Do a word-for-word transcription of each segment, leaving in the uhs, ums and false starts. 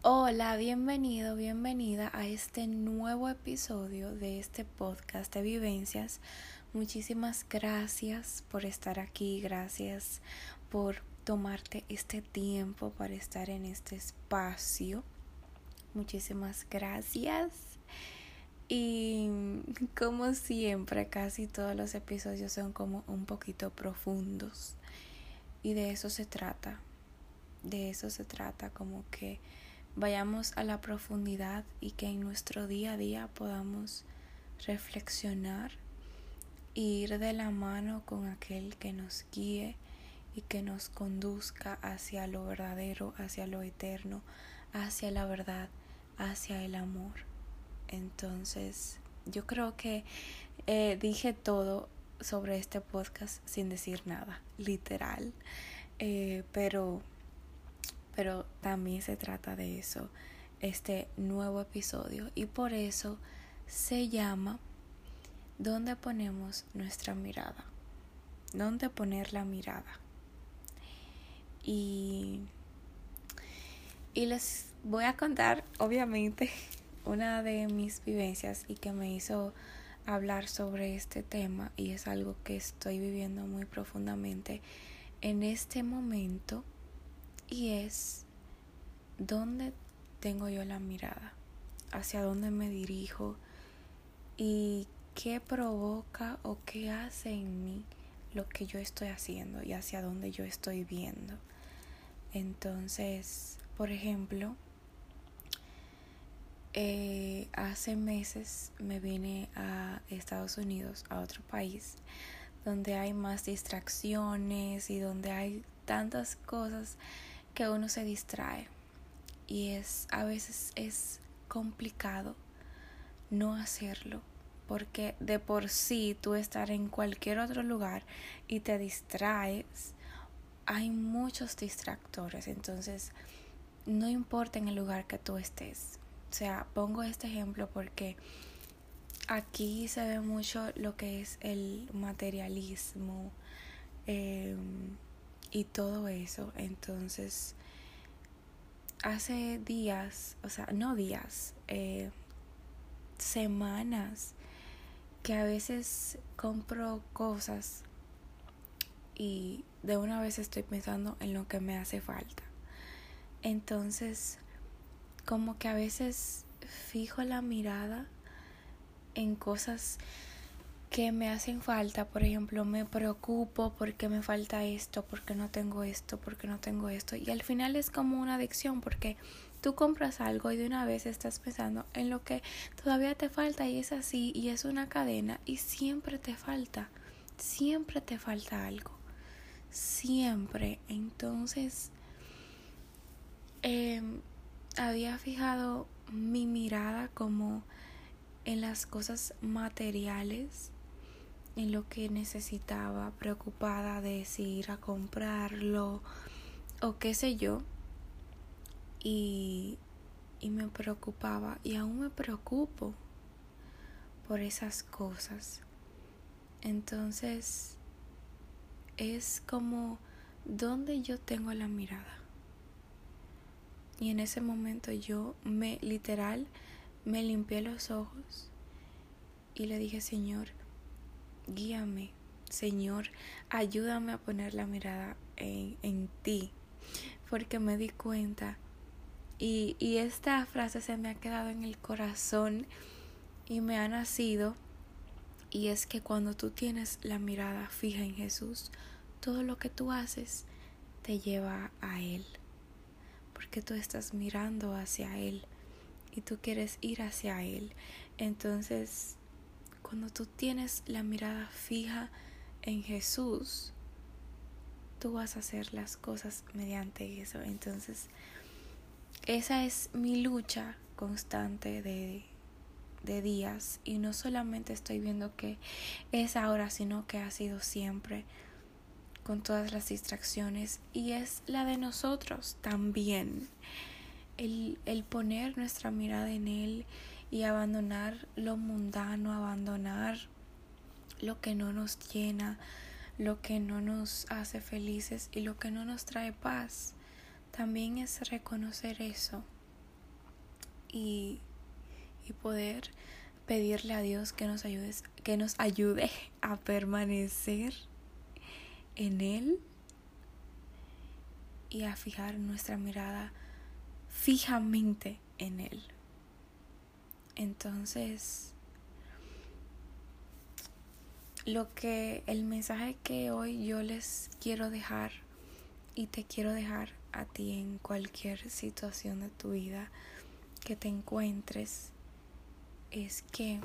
Hola, bienvenido, bienvenida a este nuevo episodio de este podcast de vivencias. Muchísimas gracias por estar aquí, gracias por tomarte este tiempo para estar en este espacio. Muchísimas gracias. Y como siempre, casi todos los episodios son como un poquito profundos. Y de eso se trata. De eso se trata, como que vayamos a la profundidad y que en nuestro día a día podamos reflexionar e ir de la mano con aquel que nos guíe y que nos conduzca hacia lo verdadero, hacia lo eterno, hacia la verdad, hacia el amor. Entonces, yo creo que eh, dije todo sobre este podcast sin decir nada, literal. Eh, pero pero también se trata de eso, este nuevo episodio, y por eso se llama ¿Dónde ponemos nuestra mirada? ¿Dónde poner la mirada? Y, y les voy a contar, obviamente, una de mis vivencias y que me hizo hablar sobre este tema, y es algo que estoy viviendo muy profundamente en este momento. Y es, ¿dónde tengo yo la mirada? ¿Hacia dónde me dirijo? ¿Y qué provoca o qué hace en mí lo que yo estoy haciendo y hacia dónde yo estoy viendo? Entonces, por ejemplo, eh, hace meses me vine a Estados Unidos, a otro país, donde hay más distracciones y donde hay tantas cosas que uno se distrae, y es a veces es complicado no hacerlo, porque de por sí tú estar en cualquier otro lugar y te distraes, hay muchos distractores. Entonces no importa en el lugar que tú estés, o sea, pongo este ejemplo porque aquí se ve mucho lo que es el materialismo eh, y todo eso. Entonces hace días, o sea, no días, eh, semanas, que a veces compro cosas y de una vez estoy pensando en lo que me hace falta. Entonces, como que a veces fijo la mirada en cosas que me hacen falta. Por ejemplo, me preocupo porque me falta esto, porque no tengo esto, porque no tengo esto, y al final es como una adicción, porque tú compras algo y de una vez estás pensando en lo que todavía te falta, y es así, y es una cadena, y siempre te falta, siempre te falta algo, siempre. Entonces eh, había fijado mi mirada como en las cosas materiales, en lo que necesitaba, preocupada de si ir a comprarlo o qué sé yo, y, y me preocupaba, y aún me preocupo por esas cosas. Entonces es como, ¿dónde yo tengo la mirada? Y en ese momento yo me literal me limpié los ojos y le dije: Señor, guíame, Señor, ayúdame a poner la mirada en, en ti, porque me di cuenta, y, y esta frase se me ha quedado en el corazón y me ha nacido, y es que cuando tú tienes la mirada fija en Jesús, todo lo que tú haces te lleva a Él, porque tú estás mirando hacia Él y tú quieres ir hacia Él. Entonces, cuando tú tienes la mirada fija en Jesús, tú vas a hacer las cosas mediante eso. Entonces, esa es mi lucha constante de, de días, y no solamente estoy viendo que es ahora, sino que ha sido siempre, con todas las distracciones, y es la de nosotros también. El, el poner nuestra mirada en Él y abandonar lo mundano, abandonar lo que no nos llena, lo que no nos hace felices y lo que no nos trae paz. También es reconocer eso, y, y poder pedirle a Dios que nos ayude, que nos ayude a permanecer en Él y a fijar nuestra mirada fijamente en Él. Entonces, lo que el mensaje que hoy yo les quiero dejar y te quiero dejar a ti en cualquier situación de tu vida que te encuentres es que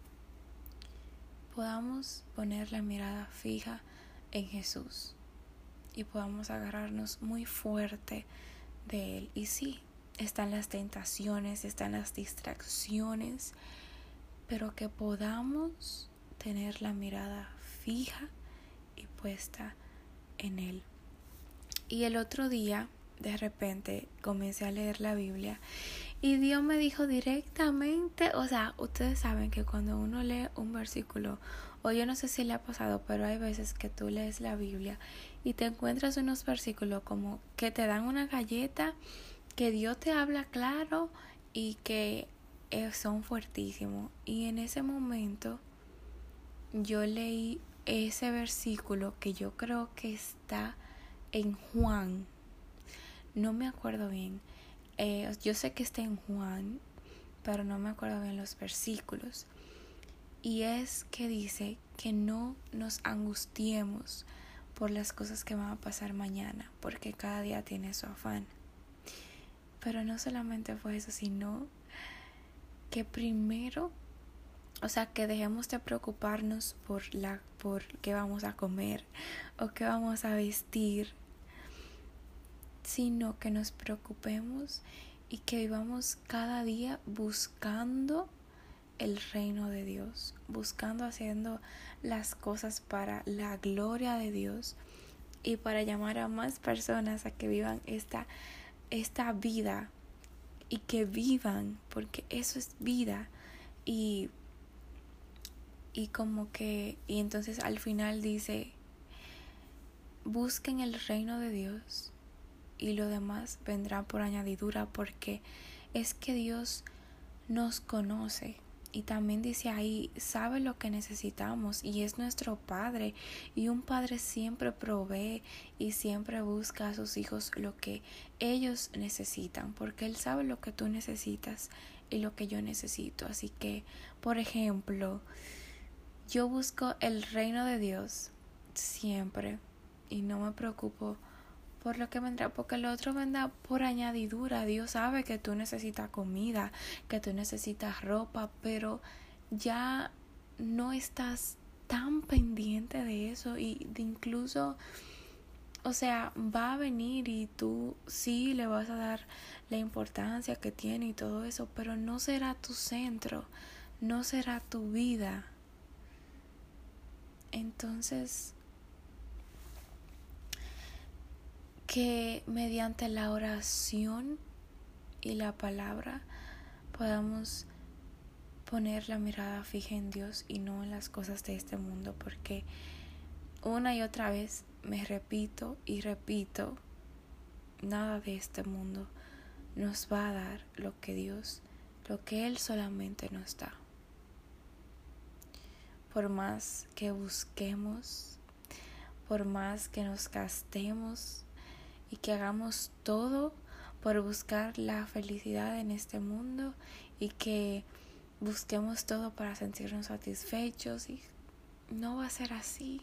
podamos poner la mirada fija en Jesús y podamos agarrarnos muy fuerte de Él. Y sí, están las tentaciones, están las distracciones, pero que podamos tener la mirada fija y puesta en Él. Y el otro día, de repente, comencé a leer la Biblia y Dios me dijo directamente, o sea, ustedes saben que cuando uno lee un versículo, o yo no sé si le ha pasado, pero hay veces que tú lees la Biblia y te encuentras unos versículos como que te dan una galleta, que Dios te habla claro y que eh, son fuertísimos. Y en ese momento yo leí ese versículo que yo creo que está en Juan, no me acuerdo bien, eh, yo sé que está en Juan, pero no me acuerdo bien los versículos, y es que dice que no nos angustiemos por las cosas que van a pasar mañana, porque cada día tiene su afán. Pero no solamente fue eso, sino que primero, o sea, que dejemos de preocuparnos por la por qué vamos a comer o qué vamos a vestir, sino que nos preocupemos y que vivamos cada día buscando el reino de Dios, buscando haciendo las cosas para la gloria de Dios y para llamar a más personas a que vivan esta, esta vida y que vivan, porque eso es vida. Y y como que y entonces al final dice, busquen el reino de Dios y lo demás vendrá por añadidura, porque es que Dios nos conoce y también dice ahí, sabe lo que necesitamos y es nuestro Padre, y un padre siempre provee y siempre busca a sus hijos lo que ellos necesitan, porque Él sabe lo que tú necesitas y lo que yo necesito. Así que, por ejemplo, yo busco el reino de Dios siempre y no me preocupo por lo que vendrá, porque lo otro vendrá por añadidura. Dios sabe que tú necesitas comida, que tú necesitas ropa, pero ya no estás tan pendiente de eso y de incluso, o sea, va a venir y tú sí le vas a dar la importancia que tiene y todo eso, pero no será tu centro, no será tu vida. Entonces, que mediante la oración y la palabra podamos poner la mirada fija en Dios y no en las cosas de este mundo, porque una y otra vez me repito y repito, nada de este mundo nos va a dar lo que Dios, lo que Él solamente nos da. Por más que busquemos, por más que nos gastemos y que hagamos todo por buscar la felicidad en este mundo y que busquemos todo para sentirnos satisfechos, y no va a ser así.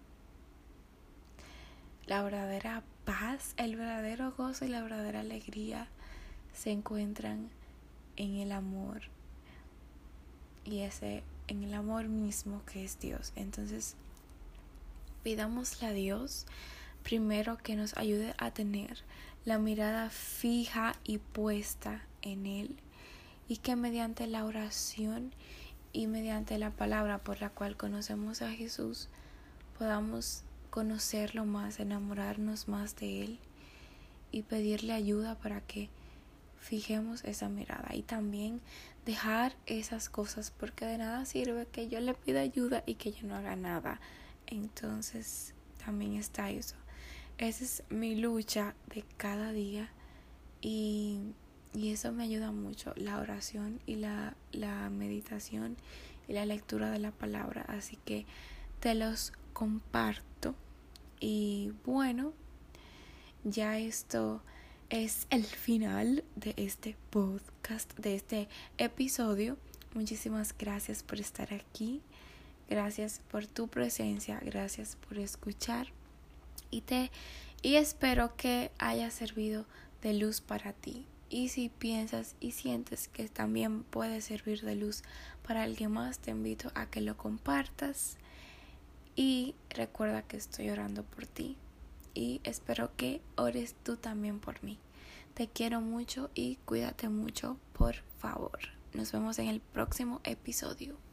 La verdadera paz, el verdadero gozo y la verdadera alegría se encuentran en el amor, y ese en el amor mismo que es Dios. Entonces, pidámosle a Dios primero que nos ayude a tener la mirada fija y puesta en Él, y que mediante la oración y mediante la palabra por la cual conocemos a Jesús podamos conocerlo más, enamorarnos más de Él y pedirle ayuda para que fijemos esa mirada, y también dejar esas cosas, porque de nada sirve que yo le pida ayuda y que yo no haga nada. Entonces también está eso. Esa es mi lucha de cada día, y y eso me ayuda mucho, la oración y la, la meditación y la lectura de la palabra. Así que te los comparto. Y bueno, ya esto es el final de este podcast, de este episodio. Muchísimas gracias por estar aquí. Gracias por tu presencia. Gracias por escuchar. Y te y espero que haya servido de luz para ti. Y si piensas y sientes que también puede servir de luz para alguien más, te invito a que lo compartas. Y recuerda que estoy orando por ti. Y espero que ores tú también por mí. Te quiero mucho y cuídate mucho, por favor. Nos vemos en el próximo episodio.